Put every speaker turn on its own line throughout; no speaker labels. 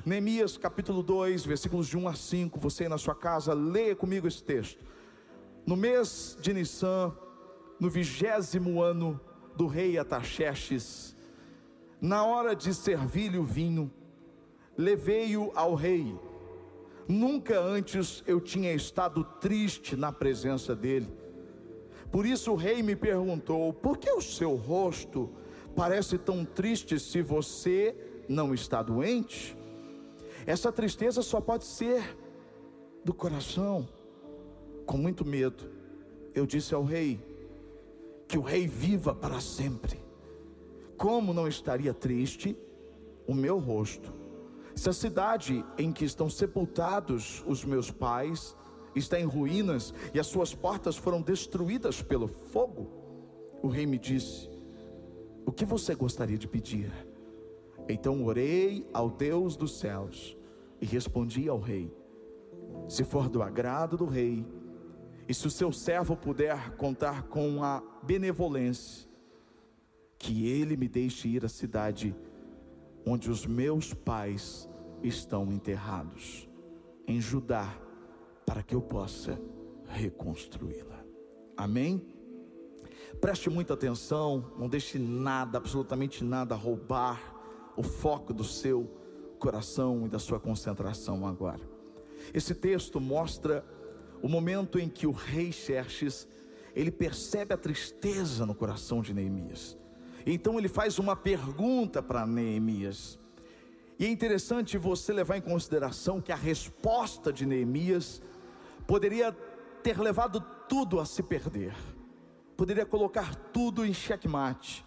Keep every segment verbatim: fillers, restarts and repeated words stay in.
Neemias capítulo dois, versículos de um a cinco. Você aí na sua casa, leia comigo esse texto. No mês de Nissan, no vigésimo ano do rei Artaxerxes, na hora de servir-lhe o vinho, levei-o ao rei. Nunca antes eu tinha estado triste na presença dele. Por isso o rei me perguntou: por que o seu rosto parece tão triste se você não está doente? Essa tristeza só pode ser do coração. Com muito medo, eu disse ao rei: que o rei viva para sempre. Como não estaria triste o meu rosto, se a cidade em que estão sepultados os meus pais está em ruínas e as suas portas foram destruídas pelo fogo? O rei me disse: o que você gostaria de pedir? Então orei ao Deus dos céus e respondi ao rei: se for do agrado do rei, e se o seu servo puder contar com a benevolência, que ele me deixe ir à cidade onde os meus pais estão enterrados, em Judá, para que eu possa reconstruí-la. Amém? Preste muita atenção, não deixe nada, absolutamente nada, roubar o foco do seu coração e da sua concentração agora. Esse texto mostra o momento em que o rei Xerxes, ele percebe a tristeza no coração de Neemias. Então ele faz uma pergunta para Neemias. E é interessante você levar em consideração que a resposta de Neemias poderia ter levado tudo a se perder, poderia colocar tudo em xeque-mate.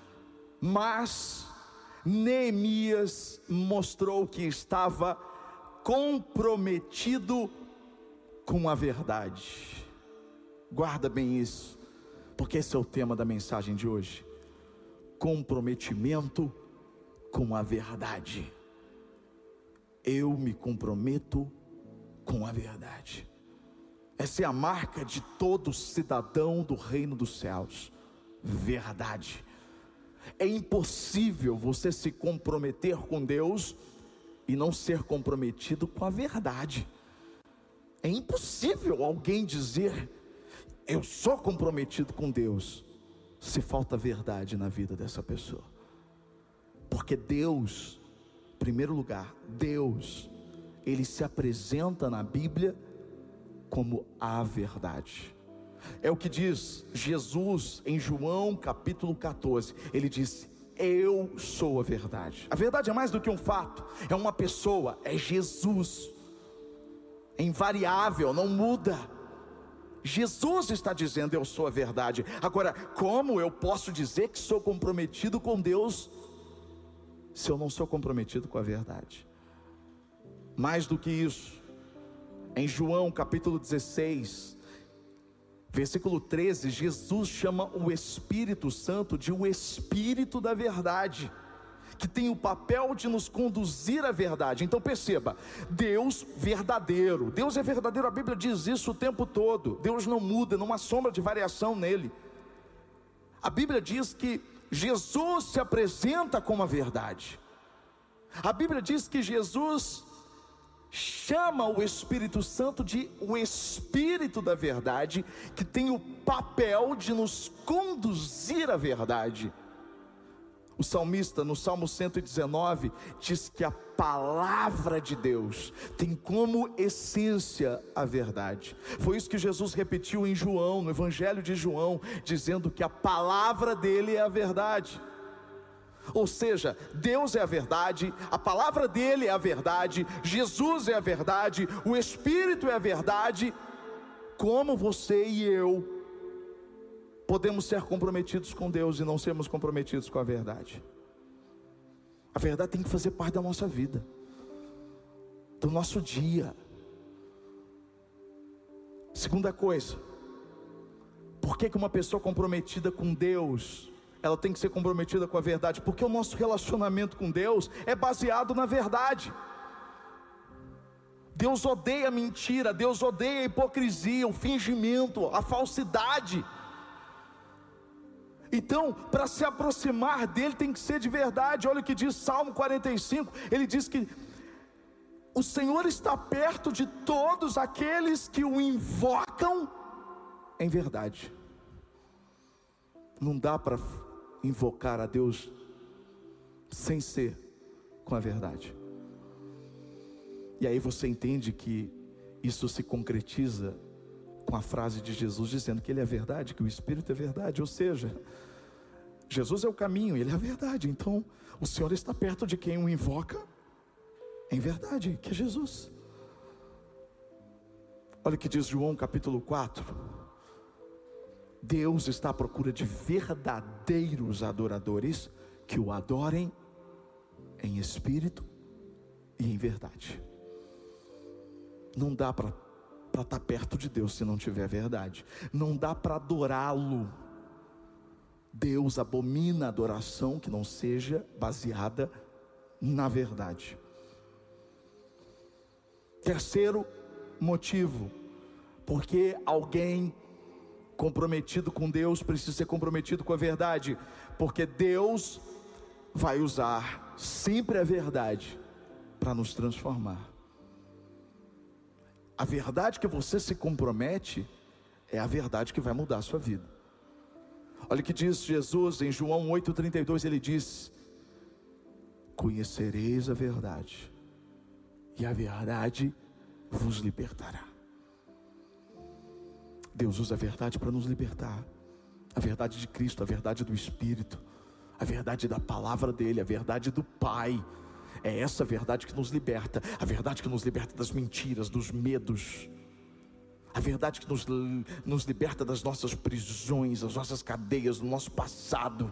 Mas Neemias mostrou que estava comprometido com a verdade. Guarda bem isso, porque esse é o tema da mensagem de hoje: comprometimento com a verdade. Eu me comprometo com a verdade. Essa é a marca de todo cidadão do reino dos céus: verdade. É impossível você se comprometer com Deus e não ser comprometido com a verdade. É impossível alguém dizer: eu sou comprometido com Deus, se falta verdade na vida dessa pessoa. Porque Deus, em primeiro lugar, Deus, Ele se apresenta na Bíblia como a verdade. É o que diz Jesus em João capítulo catorze. Ele disse: eu sou a verdade. A verdade é mais do que um fato, é uma pessoa, é Jesus. É invariável, não muda. Jesus está dizendo: eu sou a verdade. Agora, como eu posso dizer que sou comprometido com Deus se eu não sou comprometido com a verdade? Mais do que isso, em João capítulo dezesseis, versículo treze, Jesus chama o Espírito Santo de o Espírito da verdade, que tem o papel de nos conduzir à verdade. Então perceba, Deus verdadeiro, Deus é verdadeiro, a Bíblia diz isso o tempo todo. Deus não muda, não há sombra de variação nele. A Bíblia diz que Jesus se apresenta como a verdade. A Bíblia diz que Jesus chama o Espírito Santo de o Espírito da verdade, que tem o papel de nos conduzir à verdade. O salmista, no Salmo cento e dezenove, diz que a palavra de Deus tem como essência a verdade. Foi isso que Jesus repetiu em João, no Evangelho de João, dizendo que a palavra dele é a verdade. Ou seja, Deus é a verdade, a palavra dele é a verdade, Jesus é a verdade, o Espírito é a verdade. Como você e eu podemos ser comprometidos com Deus e não sermos comprometidos com a verdade? A verdade tem que fazer parte da nossa vida, do nosso dia. Segunda coisa, por que que uma pessoa comprometida com Deus, ela tem que ser comprometida com a verdade? Porque o nosso relacionamento com Deus é baseado na verdade. Deus odeia a mentira, Deus odeia a hipocrisia, o fingimento, a falsidade. Então, para se aproximar dele tem que ser de verdade. Olha o que diz Salmo quarenta e cinco, ele diz que o Senhor está perto de todos aqueles que o invocam em verdade. Não dá para invocar a Deus sem ser com a verdade. E aí você entende que isso se concretiza com a frase de Jesus dizendo que Ele é verdade, que o Espírito é verdade. Ou seja, Jesus é o caminho, Ele é a verdade. Então o Senhor está perto de quem o invoca em verdade, que é Jesus. Olha o que diz João capítulo quatro. Deus está à procura de verdadeiros adoradores que o adorem em espírito e em verdade. Não dá para estar perto de Deus se não tiver verdade. Não dá para adorá-lo. Deus abomina a adoração que não seja baseada na verdade. Terceiro motivo, porque alguém comprometido com Deus precisa ser comprometido com a verdade, porque Deus vai usar sempre a verdade para nos transformar. A verdade que você se compromete é a verdade que vai mudar a sua vida. Olha o que diz Jesus em João oito, trinta e dois, Ele diz: conhecereis a verdade, e a verdade vos libertará. Deus usa a verdade para nos libertar. A verdade de Cristo, a verdade do Espírito, a verdade da palavra dEle, a verdade do Pai. É essa verdade que nos liberta. A verdade que nos liberta das mentiras, dos medos. A verdade que nos, nos liberta das nossas prisões, das nossas cadeias, do nosso passado.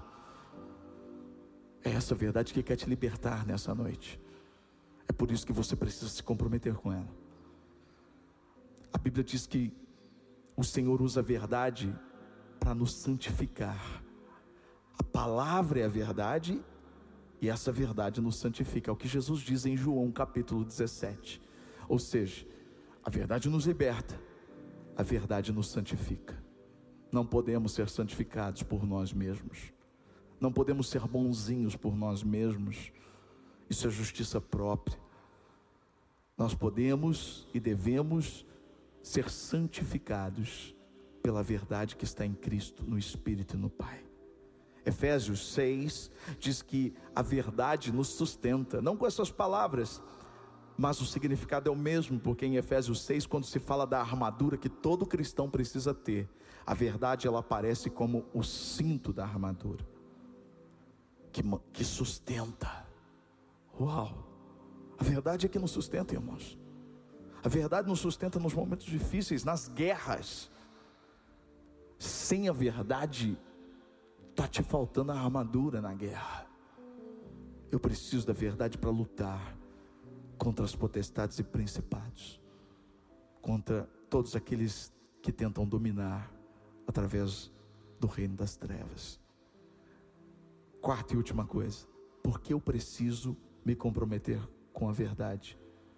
É essa verdade que quer te libertar nessa noite. É por isso que você precisa se comprometer com ela. A Bíblia diz que o Senhor usa a verdade para nos santificar. A palavra é a verdade, e essa verdade nos santifica. É o que Jesus diz em João capítulo dezessete. Ou seja, a verdade nos liberta, a verdade nos santifica. Não podemos ser santificados por nós mesmos. Não podemos ser bonzinhos por nós mesmos. Isso é justiça própria. Nós podemos e devemos ser santificados pela verdade que está em Cristo, no Espírito e no Pai. Efésios seis diz que a verdade nos sustenta, não com essas palavras, mas o significado é o mesmo, porque em Efésios seis, quando se fala da armadura que todo cristão precisa ter, a verdade ela aparece como o cinto da armadura, que, que sustenta. Uau! A verdade é que nos sustenta, irmãos. A verdade nos sustenta nos momentos difíceis, nas guerras. Sem a verdade, está te faltando a armadura na guerra. Eu preciso da verdade para lutar contra as potestades e principados, contra todos aqueles que tentam dominar através do reino das trevas. Quarta e última coisa, porque eu preciso me comprometer com a verdade?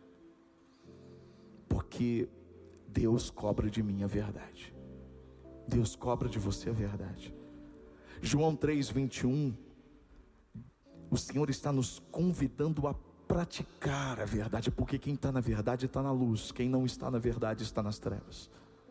Porque Deus cobra de mim a verdade. Deus cobra de você a verdade. João três, vinte e um, o Senhor está nos convidando a praticar a verdade, porque quem está na verdade está na luz, quem não está na verdade está nas trevas.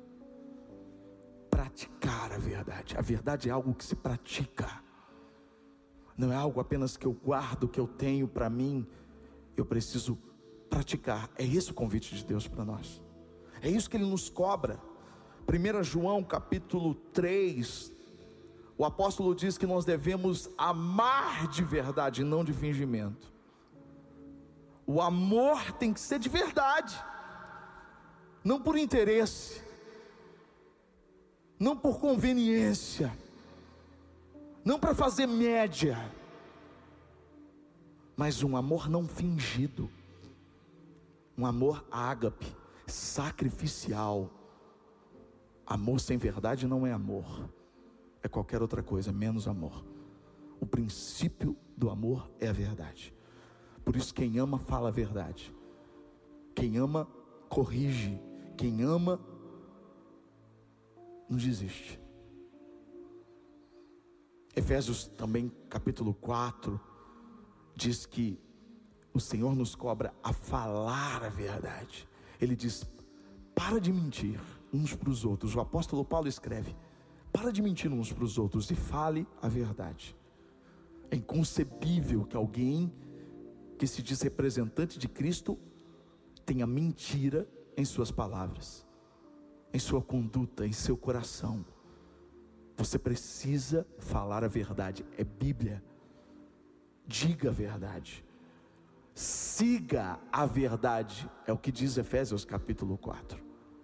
Praticar a verdade. A verdade é algo que se pratica, não é algo apenas que eu guardo, que eu tenho para mim. Eu preciso praticar. É esse o convite de Deus para nós. É isso que Ele nos cobra. primeiro João capítulo três, o apóstolo diz que nós devemos amar de verdade, não de fingimento. O amor tem que ser de verdade, não por interesse, não por conveniência, não para fazer média, mas um amor não fingido, um amor ágape, sacrificial. Amor sem verdade não é amor, é qualquer outra coisa menos amor. O princípio do amor é a verdade. Por isso quem ama fala a verdade, quem ama corrige, quem ama não desiste. Efésios também capítulo quatro diz que o Senhor nos cobra a falar a verdade. Ele diz: para de mentir uns para os outros. O apóstolo Paulo escreve: para de mentir uns para os outros e fale a verdade. É inconcebível que alguém que se diz representante de Cristo tenha mentira em suas palavras, em sua conduta, em seu coração. Você precisa falar a verdade. É Bíblia. Diga a verdade, siga a verdade, é o que diz Efésios capítulo quatro.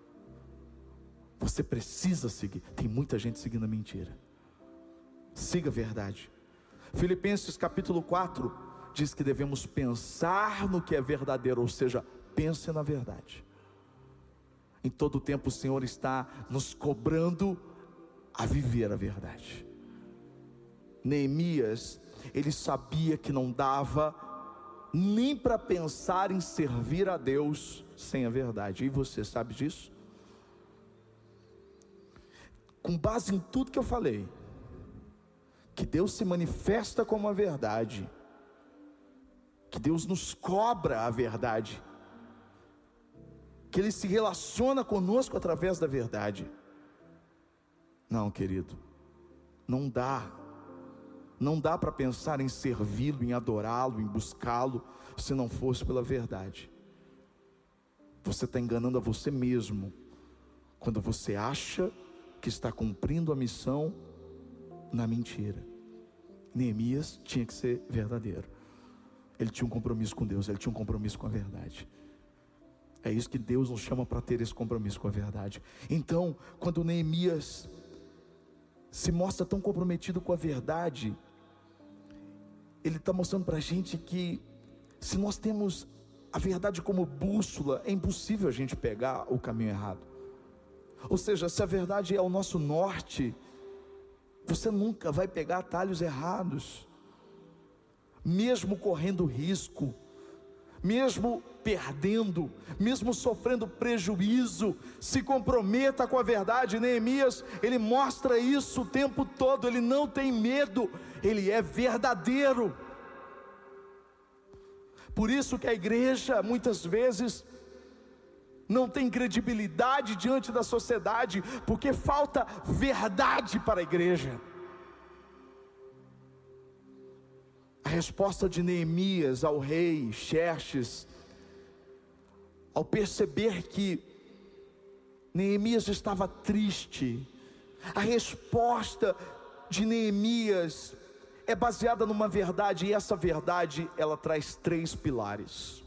Você precisa seguir. Tem muita gente seguindo a mentira. Siga a verdade. Filipenses capítulo quatro diz que devemos pensar no que é verdadeiro, ou seja, pense na verdade. Em todo tempo o Senhor está nos cobrando a viver a verdade. Neemias, ele sabia que não dava nem para pensar em servir a Deus sem a verdade. E você sabe disso? Com base em tudo que eu falei, que Deus se manifesta como a verdade, que Deus nos cobra a verdade, que Ele se relaciona conosco através da verdade. Não, querido, não dá. Não dá para pensar em servi-lo, em adorá-lo, em buscá-lo, se não fosse pela verdade. Você está enganando a você mesmo, quando você acha que está cumprindo a missão na mentira. Neemias tinha que ser verdadeiro. Ele tinha um compromisso com Deus, ele tinha um compromisso com a verdade. É isso que Deus nos chama para ter, esse compromisso com a verdade. Então, quando Neemias se mostra tão comprometido com a verdade, ele está mostrando para a gente que, se nós temos a verdade como bússola, é impossível a gente pegar o caminho errado. Ou seja, se a verdade é o nosso norte, você nunca vai pegar atalhos errados. Mesmo correndo risco, mesmo perdendo, mesmo sofrendo prejuízo, se comprometa com a verdade. Neemias, ele mostra isso o tempo todo. Ele não tem medo, ele é verdadeiro. Por isso que a igreja muitas vezes não tem credibilidade diante da sociedade, porque falta verdade para a igreja. A resposta de Neemias ao rei Xerxes, ao perceber que Neemias estava triste, a resposta de Neemias é baseada numa verdade, e essa verdade, ela traz três pilares.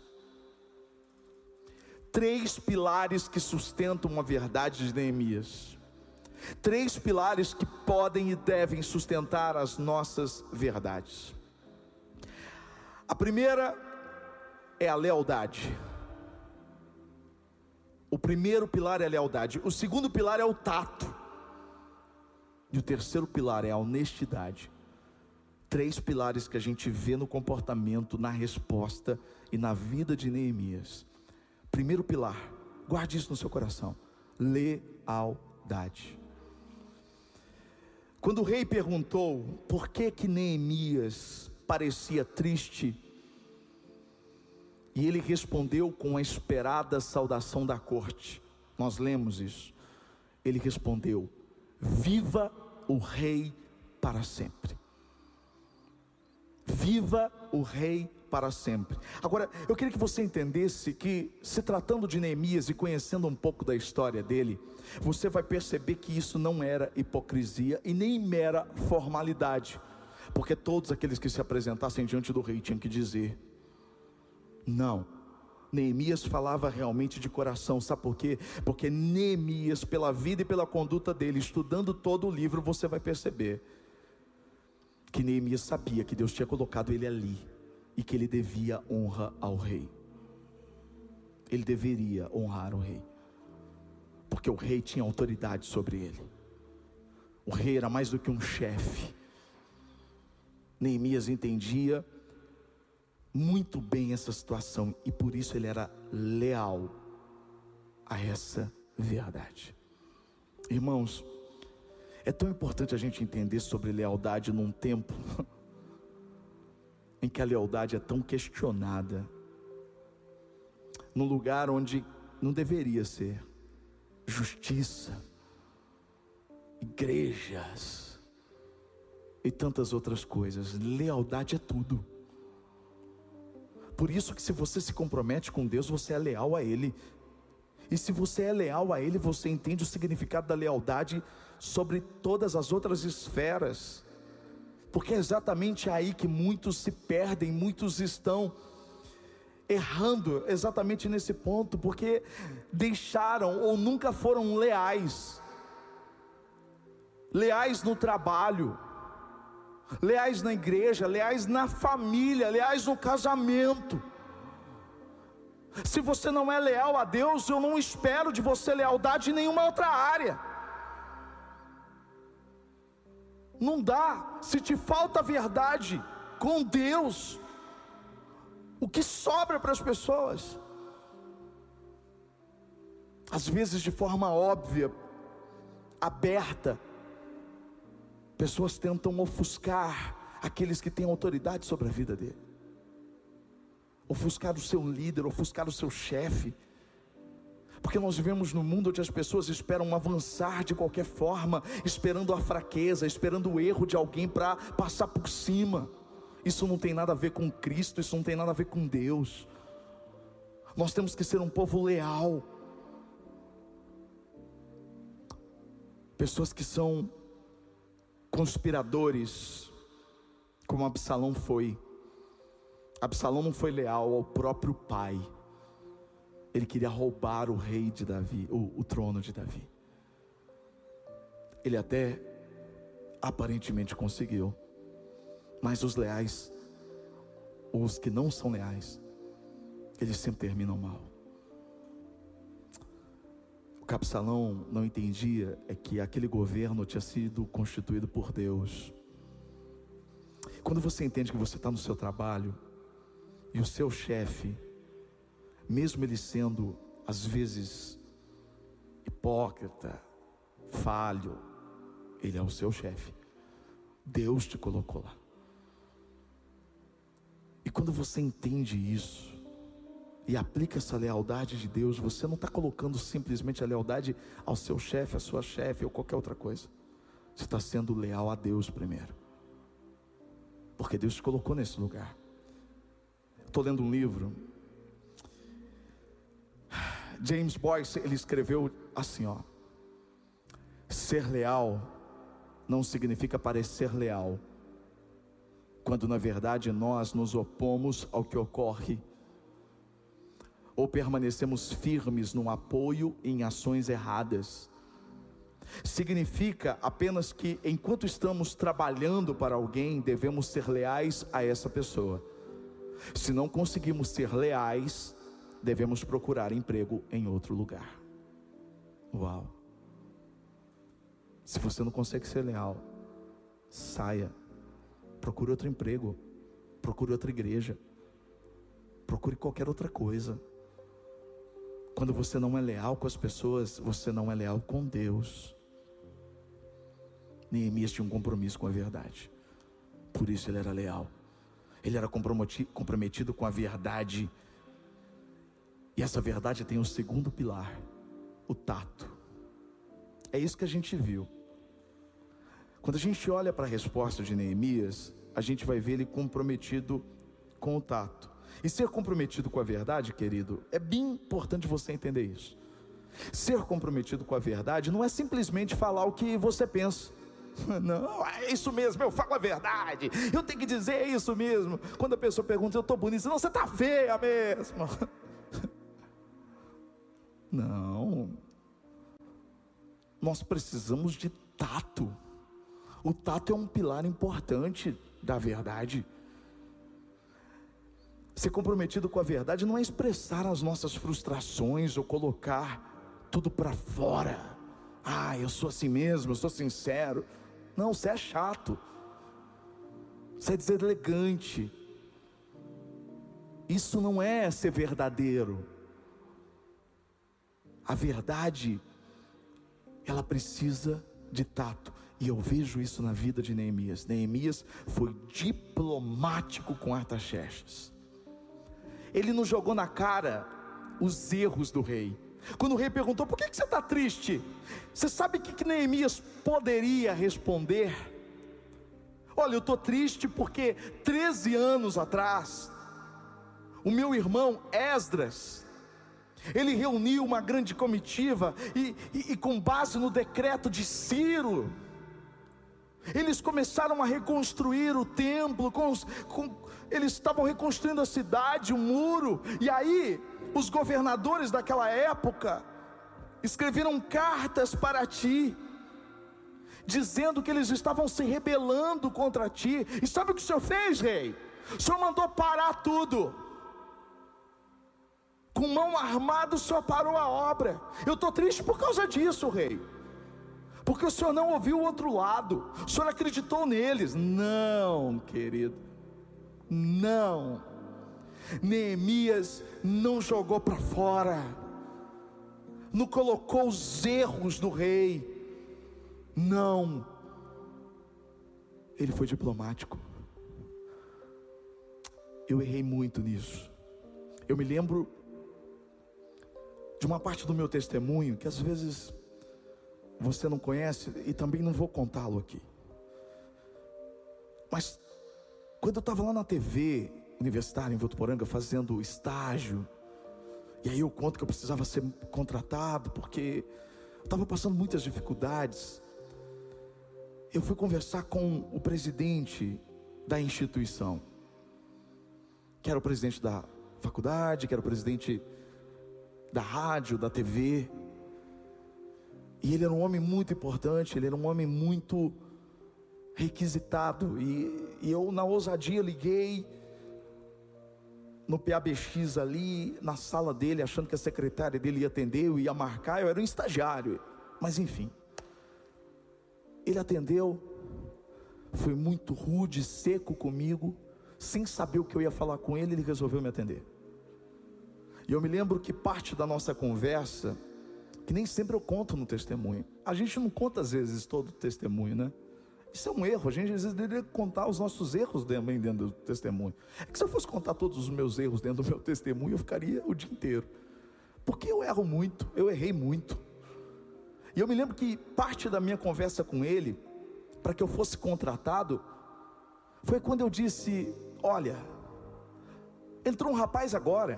Três pilares que sustentam a verdade de Neemias. Três pilares que podem e devem sustentar as nossas verdades. A primeira é a lealdade. O primeiro pilar é a lealdade. O segundo pilar é o tato. E o terceiro pilar é a honestidade. Três pilares que a gente vê no comportamento, na resposta e na vida de Neemias. Primeiro pilar, guarde isso no seu coração: lealdade. Quando o rei perguntou por que que Neemias parecia triste, e ele respondeu com a esperada saudação da corte, nós lemos isso. Ele respondeu: viva o rei para sempre. Viva o rei para sempre. Agora, eu queria que você entendesse que, se tratando de Neemias e conhecendo um pouco da história dele, você vai perceber que isso não era hipocrisia e nem mera formalidade, porque todos aqueles que se apresentassem diante do rei tinham que dizer. Não, Neemias falava realmente de coração. Sabe por quê? Porque Neemias, pela vida e pela conduta dele, estudando todo o livro, você vai perceber que Neemias sabia que Deus tinha colocado ele ali, e que ele devia honra ao rei. Ele deveria honrar o rei, porque o rei tinha autoridade sobre ele. O rei era mais do que um chefe. Neemias entendia muito bem essa situação, e por isso ele era leal a essa verdade. Irmãos, é tão importante a gente entender sobre lealdade num tempo em que a lealdade é tão questionada. num lugar onde não deveria ser. Justiça, igrejas e tantas outras coisas. Lealdade é tudo. Por isso que se você se compromete com Deus, você é leal a Ele. E se você é leal a Ele, você entende o significado da lealdade sobre todas as outras esferas. Porque é exatamente aí que muitos se perdem, muitos estão errando exatamente nesse ponto, porque deixaram ou nunca foram leais. Leais no trabalho, leais na igreja, leais na família, leais no casamento. Se você não é leal a Deus, eu não espero de você lealdade em nenhuma outra área. Não dá. Se te falta verdade com Deus, o que sobra para as pessoas? Às vezes de forma óbvia, aberta, pessoas tentam ofuscar aqueles que têm autoridade sobre a vida dele, ofuscar o seu líder, ofuscar o seu chefe, porque nós vivemos num mundo onde as pessoas esperam avançar de qualquer forma, esperando a fraqueza, esperando o erro de alguém para passar por cima. Isso não tem nada a ver com Cristo, isso não tem nada a ver com Deus. Nós temos que ser um povo leal, pessoas que são conspiradores, como Absalão foi. Absalão não foi leal ao próprio pai. Ele queria roubar o rei de Davi, o, o trono de Davi. Ele até aparentemente conseguiu, mas os leais, os que não são leais, eles sempre terminam mal. O que Absalão não entendia é que aquele governo tinha sido constituído por Deus. Quando você entende que você está no seu trabalho, e o seu chefe, mesmo ele sendo às vezes hipócrita, falho, ele é o seu chefe. Deus te colocou lá. E quando você entende isso e aplica essa lealdade de Deus, você não está colocando simplesmente a lealdade ao seu chefe, à sua chefe ou qualquer outra coisa. Você está sendo leal a Deus primeiro, porque Deus te colocou nesse lugar. Estou lendo um livro, James Boyce, ele escreveu assim, ó: ser leal não significa parecer leal, quando na verdade nós nos opomos ao que ocorre, ou permanecemos firmes no apoio em ações erradas. Significa apenas que enquanto estamos trabalhando para alguém, devemos ser leais a essa pessoa. Se não conseguimos ser leais, devemos procurar emprego em outro lugar. Uau! Se você não consegue ser leal, saia, procure outro emprego, procure outra igreja, procure qualquer outra coisa. Quando você não é leal com as pessoas, você não é leal com Deus. Neemias tinha um compromisso com a verdade, por isso ele era leal. Ele era comprometido com a verdade. E essa verdade tem um segundo pilar, o tato. É isso que a gente viu. Quando a gente olha para a resposta de Neemias, a gente vai ver ele comprometido com o tato. E ser comprometido com a verdade, querido, é bem importante você entender isso. Ser comprometido com a verdade não é simplesmente falar o que você pensa. Não, é isso mesmo, eu falo a verdade, eu tenho que dizer isso mesmo. Quando a pessoa pergunta, eu estou bonita, não, você está feia mesmo. Não, nós precisamos de tato. O tato é um pilar importante da verdade. Ser comprometido com a verdade não é expressar as nossas frustrações ou colocar tudo para fora. Ah, eu sou assim mesmo, eu sou sincero. Não, você é chato, você é deselegante. Isso não é ser verdadeiro. A verdade, ela precisa de tato. E eu vejo isso na vida de Neemias. Neemias foi diplomático com Artaxerxes. Ele não jogou na cara os erros do rei. Quando o rei perguntou: por que que você está triste? Você sabe o que, que Neemias poderia responder? Olha, eu estou triste porque treze anos atrás, o meu irmão Esdras, ele reuniu uma grande comitiva, e, e, e com base no decreto de Ciro, eles começaram a reconstruir o templo, com os, com, eles estavam reconstruindo a cidade, o muro, e aí os governadores daquela época escreveram cartas para ti, dizendo que eles estavam se rebelando contra ti. E sabe o que o Senhor fez, rei? O Senhor mandou parar tudo. Com mão armada o Senhor parou a obra. Eu estou triste por causa disso, rei, porque o Senhor não ouviu o outro lado, o Senhor acreditou neles. Não, querido, não. Neemias não jogou para fora, não colocou os erros do rei, não. Ele foi diplomático. Eu errei muito nisso. Eu me lembro de uma parte do meu testemunho que às vezes você não conhece, e também não vou contá-lo aqui. Mas quando eu estava lá na T V universitária em Votuporanga fazendo estágio, e aí eu conto que eu precisava ser contratado porque eu estava passando muitas dificuldades. Eu fui conversar com o presidente da instituição, que era o presidente da faculdade, que era o presidente da rádio, da T V. E ele era um homem muito importante, ele era um homem muito requisitado. E, e eu, na ousadia, liguei no P A B X ali, na sala dele, achando que a secretária dele ia atender, eu ia marcar, eu era um estagiário. Mas enfim, ele atendeu, foi muito rude, seco comigo, sem saber o que eu ia falar com ele, ele resolveu me atender. E eu me lembro que parte da nossa conversa, que nem sempre eu conto no testemunho, a gente não conta às vezes todo o testemunho, né? Isso é um erro. A gente às vezes deveria contar os nossos erros também dentro do testemunho. É que se eu fosse contar todos os meus erros dentro do meu testemunho, eu ficaria o dia inteiro, porque eu erro muito, eu errei muito. E eu me lembro que parte da minha conversa com ele, para que eu fosse contratado, foi quando eu disse: olha, entrou um rapaz agora,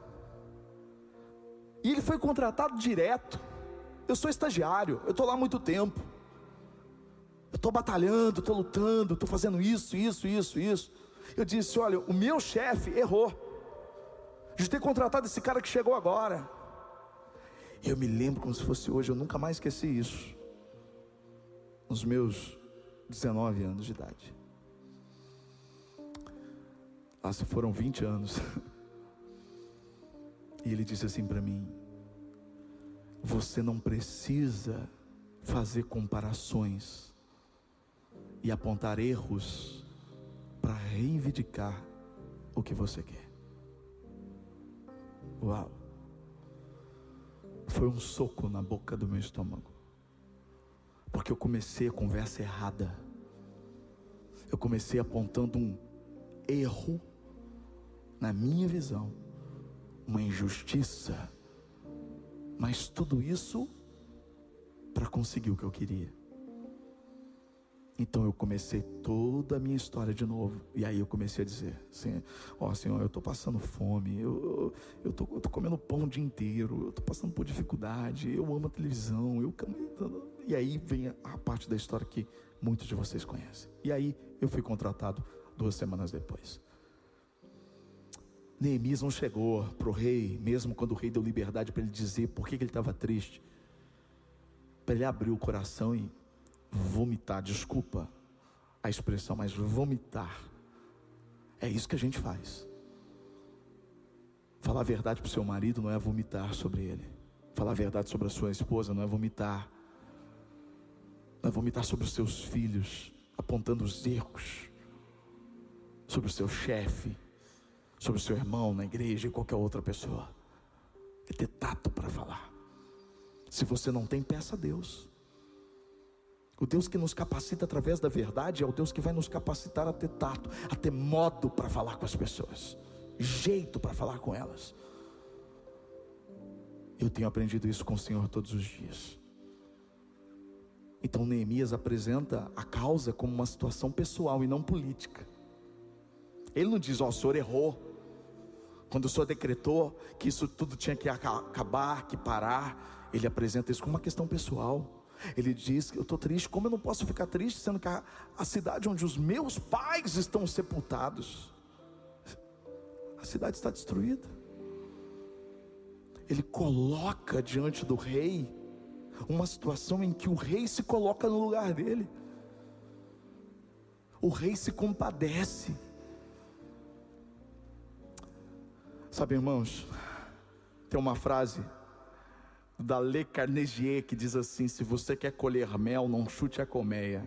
e ele foi contratado direto. Eu sou estagiário, eu estou lá há muito tempo, eu estou batalhando, estou lutando, estou fazendo isso, isso, isso, isso. Eu disse: olha, o meu chefe errou de ter contratado esse cara que chegou agora. Eu me lembro como se fosse hoje, eu nunca mais esqueci isso, nos meus dezenove anos de idade. Lá se foram vinte anos. E ele disse assim para mim: você não precisa fazer comparações e apontar erros para reivindicar o que você quer. Uau! Foi um soco na boca do meu estômago, porque eu comecei a conversa errada. Eu comecei apontando um erro na minha visão, uma injustiça, mas tudo isso para conseguir o que eu queria. Então eu comecei toda a minha história de novo. E aí eu comecei a dizer assim: ó, oh, Senhor, eu estou passando fome, eu eu estou eu tô comendo pão o dia inteiro, eu estou passando por dificuldade, eu amo a televisão, eu... E aí vem a, a parte da história que muitos de vocês conhecem. E aí eu fui contratado duas semanas depois. Neemias não chegou para o rei, mesmo quando o rei deu liberdade para ele dizer por que, que ele estava triste, para ele abrir o coração e vomitar. Desculpa a expressão, mas vomitar. É isso que a gente faz. Falar a verdade para o seu marido não é vomitar sobre ele. Falar a verdade sobre a sua esposa não é vomitar. Não é vomitar sobre os seus filhos, apontando os erros, sobre o seu chefe, sobre o seu irmão na igreja e qualquer outra pessoa. É ter tato para falar. Se você não tem, peça a Deus. O Deus que nos capacita através da verdade é o Deus que vai nos capacitar a ter tato, a ter modo para falar com as pessoas, jeito para falar com elas. Eu tenho aprendido isso com o Senhor todos os dias. Então Neemias apresenta a causa como uma situação pessoal e não política. Ele não diz, ó, oh, o senhor errou, quando o senhor decretou que isso tudo tinha que acabar, que parar. Ele apresenta isso como uma questão pessoal. Ele diz, eu estou triste, como eu não posso ficar triste, sendo que a, a cidade onde os meus pais estão sepultados, a cidade está destruída. Ele coloca diante do rei uma situação em que o rei se coloca no lugar dele. O rei se compadece. Sabe, irmãos, tem uma frase da Le Carnegie que diz assim: se você quer colher mel, não chute a colmeia.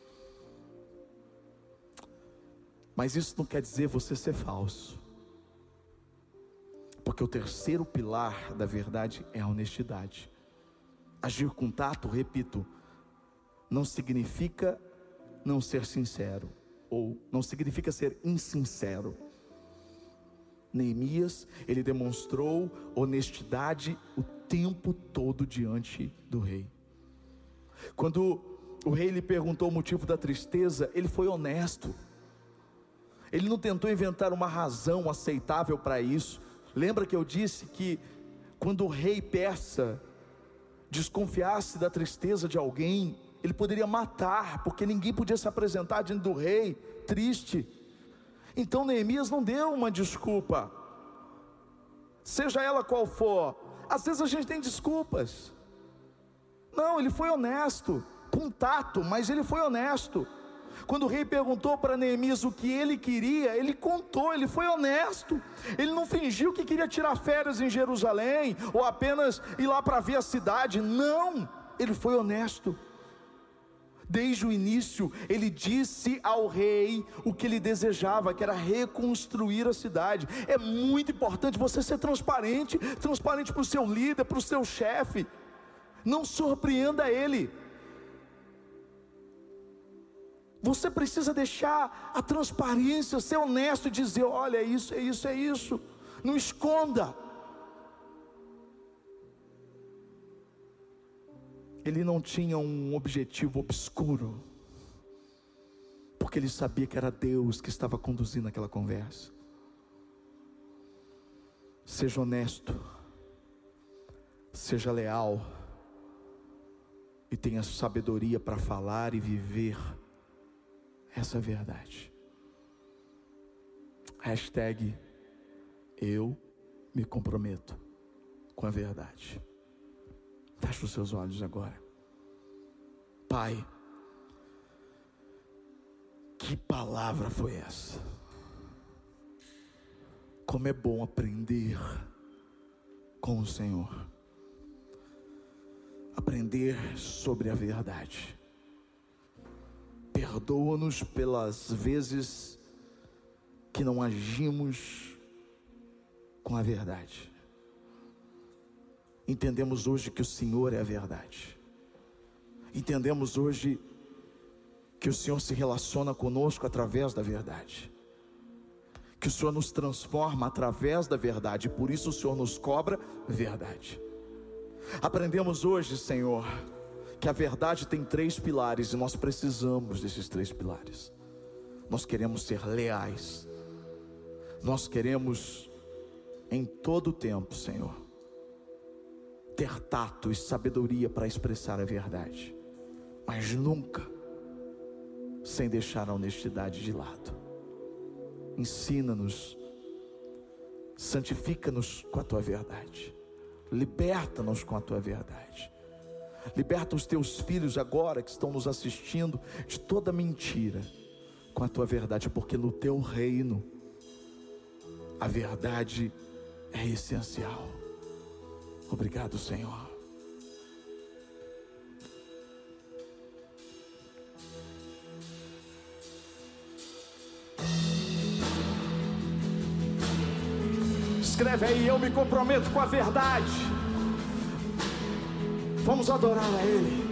Mas isso não quer dizer você ser falso, porque o terceiro pilar da verdade é a honestidade. Agir com tato, repito, não significa não ser sincero, ou não significa ser insincero. Neemias, ele demonstrou honestidade o tempo todo diante do rei. Quando o rei lhe perguntou o motivo da tristeza, ele foi honesto. Ele não tentou inventar uma razão aceitável para isso. Lembra que eu disse que quando o rei persa desconfiasse da tristeza de alguém, ele poderia matar, porque ninguém podia se apresentar diante do rei triste. Então Neemias não deu uma desculpa, seja ela qual for. Às vezes a gente tem desculpas. Não, ele foi honesto, com tato, mas ele foi honesto. Quando o rei perguntou para Neemias o que ele queria, ele contou, ele foi honesto. Ele não fingiu que queria tirar férias em Jerusalém, ou apenas ir lá para ver a cidade. Não, ele foi honesto. Desde o início, ele disse ao rei o que ele desejava, que era reconstruir a cidade. É muito importante você ser transparente, transparente para o seu líder, para o seu chefe. Não surpreenda ele. Você precisa deixar a transparência, ser honesto e dizer, olha, é isso, é isso, é isso. Não esconda. Ele não tinha um objetivo obscuro, porque ele sabia que era Deus que estava conduzindo aquela conversa. Seja honesto, seja leal, e tenha sabedoria para falar e viver essa verdade. Hashtag eu me comprometo com a verdade. Feche os seus olhos agora. Pai, que palavra foi essa? Como é bom aprender com o Senhor, aprender sobre a verdade. Perdoa-nos pelas vezes que não agimos com a verdade. Entendemos hoje que o Senhor é a verdade. Entendemos hoje que o Senhor se relaciona conosco através da verdade. Que o Senhor nos transforma através da verdade. Por isso o Senhor nos cobra verdade. Aprendemos hoje, Senhor, que a verdade tem três pilares, e nós precisamos desses três pilares. Nós queremos ser leais. Nós queremos, em todo o tempo, Senhor, ter tato e sabedoria para expressar a verdade, mas nunca sem deixar a honestidade de lado. Ensina-nos, santifica-nos com a tua verdade, liberta-nos com a tua verdade. Liberta os teus filhos agora que estão nos assistindo de toda mentira com a tua verdade, porque no teu reino a verdade é essencial. Obrigado, Senhor. Escreve aí, eu me comprometo com a verdade. Vamos adorar a Ele.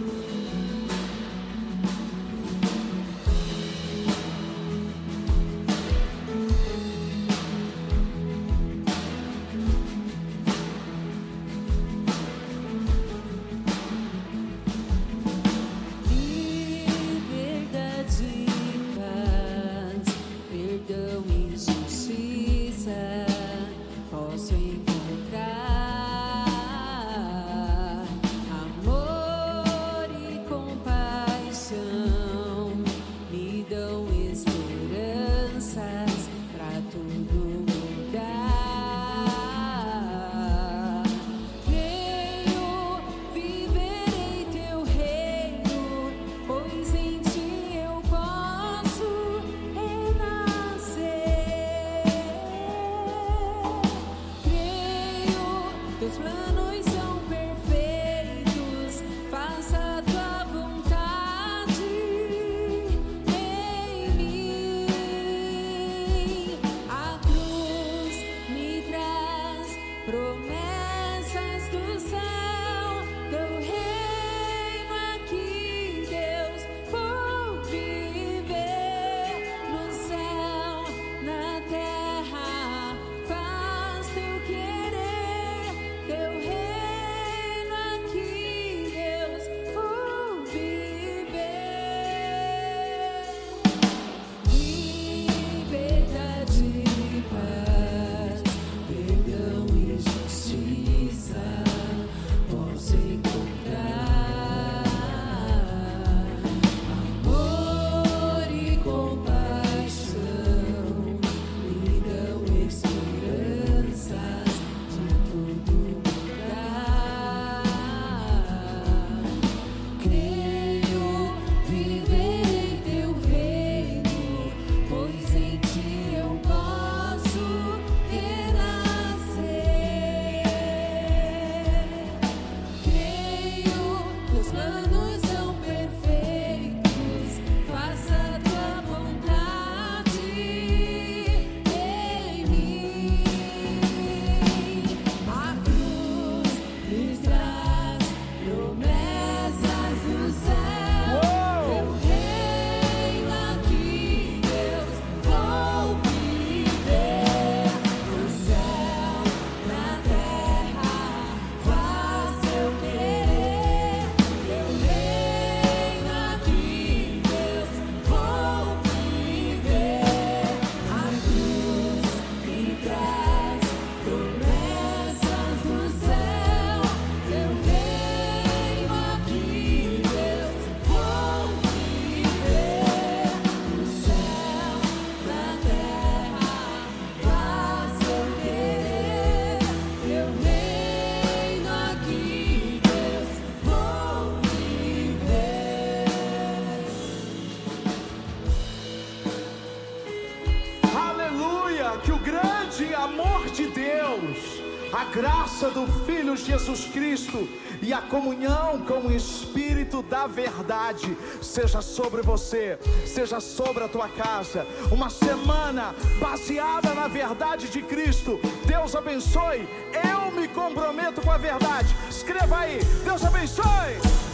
a graça do Filho Jesus Cristo e a comunhão com o Espírito da verdade seja sobre você, seja sobre a tua casa. Uma semana baseada na verdade de Cristo. Deus abençoe. Eu me comprometo com a verdade. Escreva aí: Deus abençoe.